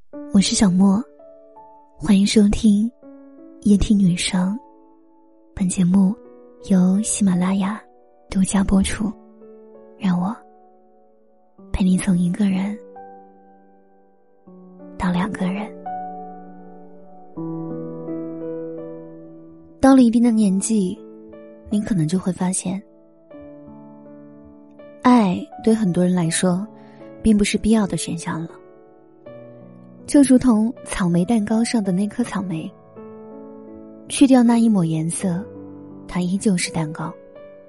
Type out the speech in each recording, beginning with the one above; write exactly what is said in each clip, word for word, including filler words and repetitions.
我是小莫，欢迎收听夜听女生。本节目由喜马拉雅独家播出，让我陪你从一个人到两个人。到了一定的年纪，你可能就会发现，爱对很多人来说并不是必要的选项了。就如同草莓蛋糕上的那颗草莓，去掉那一抹颜色，它依旧是蛋糕。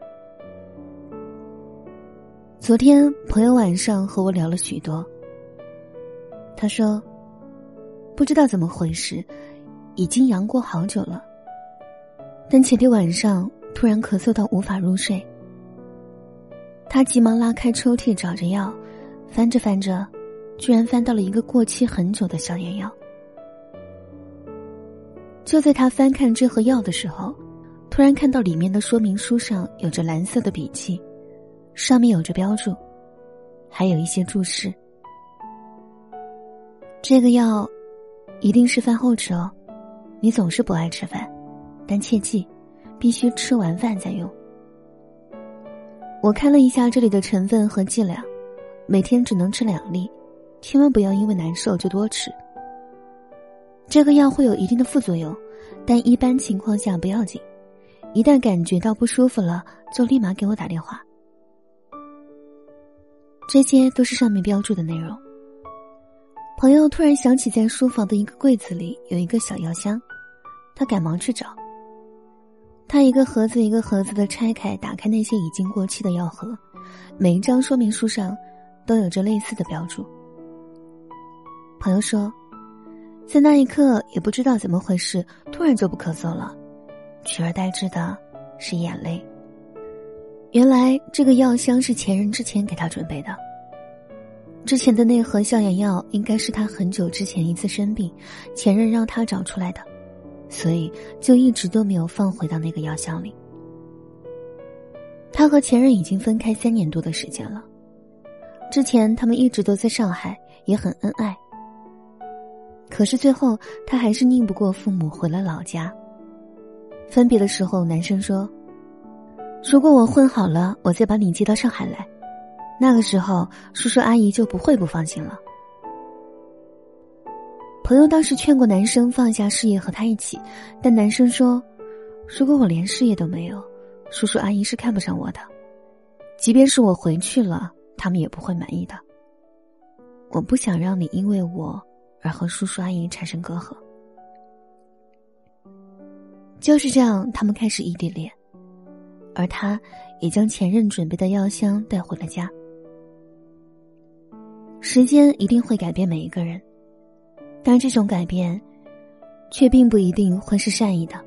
昨天朋友晚上和我聊了许多，他说不知道怎么回事，已经阳过好久了，但前天晚上突然咳嗽到无法入睡。他急忙拉开抽屉找着药，翻着翻着居然翻到了一个过期很久的消炎药。就在他翻看这盒药的时候，突然看到里面的说明书上有着蓝色的笔记，上面有着标注，还有一些注释。这个药一定是饭后吃哦，你总是不爱吃饭，但切记必须吃完饭再用。我看了一下这里的成分和剂量，每天只能吃两粒，千万不要因为难受就多吃。这个药会有一定的副作用，但一般情况下不要紧，一旦感觉到不舒服了，就立马给我打电话。这些都是上面标注的内容。朋友突然想起在书房的一个柜子里有一个小药箱，他赶忙去找。他一个盒子一个盒子的拆开，打开那些已经过期的药盒，每一张说明书上都有着类似的标注。朋友说，在那一刻也不知道怎么回事，突然就不咳嗽了，取而代之的是眼泪。原来这个药箱是前任之前给他准备的，之前的那盒消炎药应该是他很久之前一次生病，前任让他找出来的，所以就一直都没有放回到那个药箱里。他和前任已经分开三年多的时间了，之前他们一直都在上海，也很恩爱。可是最后他还是拧不过父母回了老家。分别的时候，男生说，如果我混好了，我再把你接到上海来，那个时候叔叔阿姨就不会不放心了。朋友当时劝过男生放下事业和他一起，但男生说，如果我连事业都没有，叔叔阿姨是看不上我的，即便是我回去了，他们也不会满意的。我不想让你因为我而和叔叔阿姨产生隔阂。就是这样，他们开始异地恋，而他也将前任准备的药箱带回了家。时间一定会改变每一个人，但这种改变却并不一定会是善意的。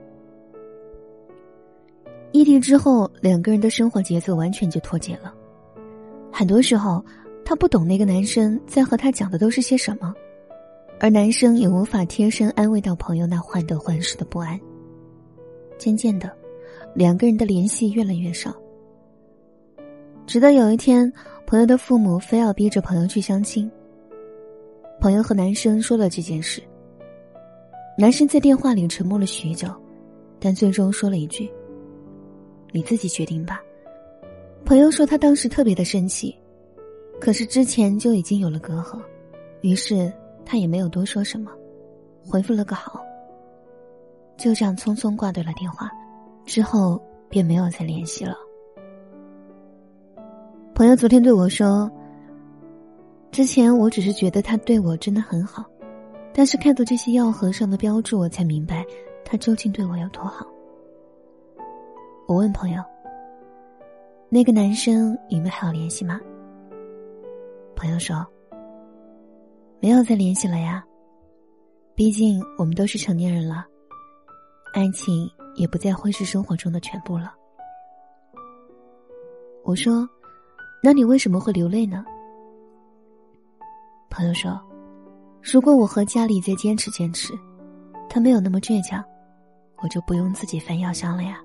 异地之后，两个人的生活节奏完全就脱节了。很多时候他不懂那个男生在和他讲的都是些什么，而男生也无法贴身安慰到朋友那患得患失的不安。渐渐的，两个人的联系越来越少。直到有一天，朋友的父母非要逼着朋友去相亲。朋友和男生说了这件事，男生在电话里沉默了许久，但最终说了一句，你自己决定吧。朋友说他当时特别的生气，可是之前就已经有了隔阂，于是他也没有多说什么，回复了个好，就这样匆匆挂断了电话，之后便没有再联系了。朋友昨天对我说，之前我只是觉得他对我真的很好，但是看到这些药盒上的标注，我才明白他究竟对我有多好。我问朋友，那个男生你们还有联系吗？朋友说，没有再联系了呀，毕竟我们都是成年人了，爱情也不再会是生活中的全部了。我说，那你为什么会流泪呢？朋友说，如果我和家里再坚持坚持，他没有那么倔强，我就不用自己翻药箱了呀。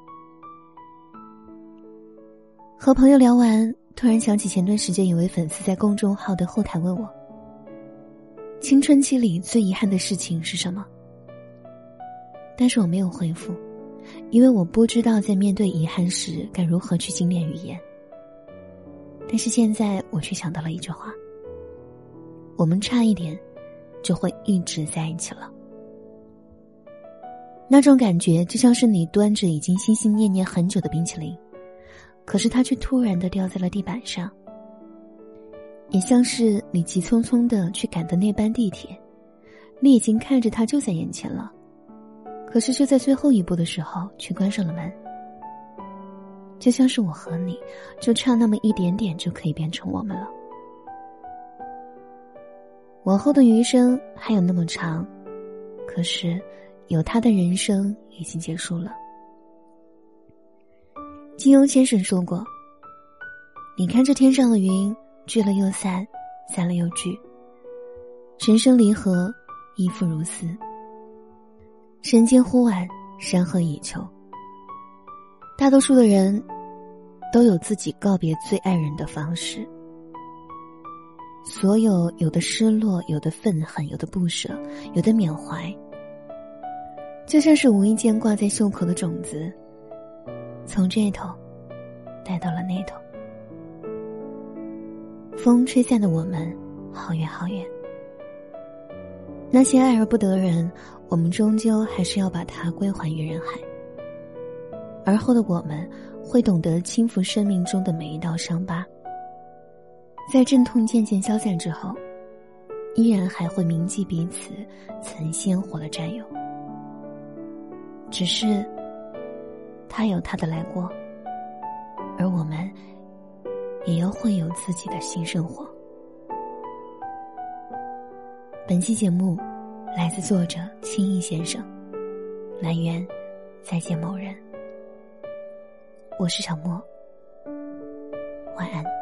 和朋友聊完，突然想起前段时间有位粉丝在公众号的后台问我， 青春期里最遗憾的事情是什么？但是我没有回复，因为我不知道在面对遗憾时该如何去精炼语言。但是现在我却想到了一句话：我们差一点就会一直在一起了。那种感觉就像是你端着已经心心念念很久的冰淇淋，可是它却突然地掉在了地板上，也像是你急匆匆地去赶的那班地铁，你已经看着它就在眼前了，可是就在最后一步的时候却关上了门。就像是我和你就差那么一点点就可以变成我们了。往后的余生还有那么长，可是有他的人生已经结束了。金庸先生说过，你看这天上的云，聚了又散，散了又聚，人生离合，亦复如斯。人间忽晚，山河已秋。大多数的人都有自己告别最爱人的方式，所有有的失落，有的愤恨，有的不舍，有的缅怀，就像是无意间挂在袖口的种子，从这头带到了那头。风吹散的我们好远好远，那些爱而不得的人，我们终究还是要把它归还于人海。而后的我们会懂得轻抚生命中的每一道伤疤，在阵痛渐渐消散之后，依然还会铭记彼此曾鲜活的战友。只是他有他的来过，而我们也要会有自己的新生活。本期节目来自作者青易先生，来源再见某人。我是小莫，晚安。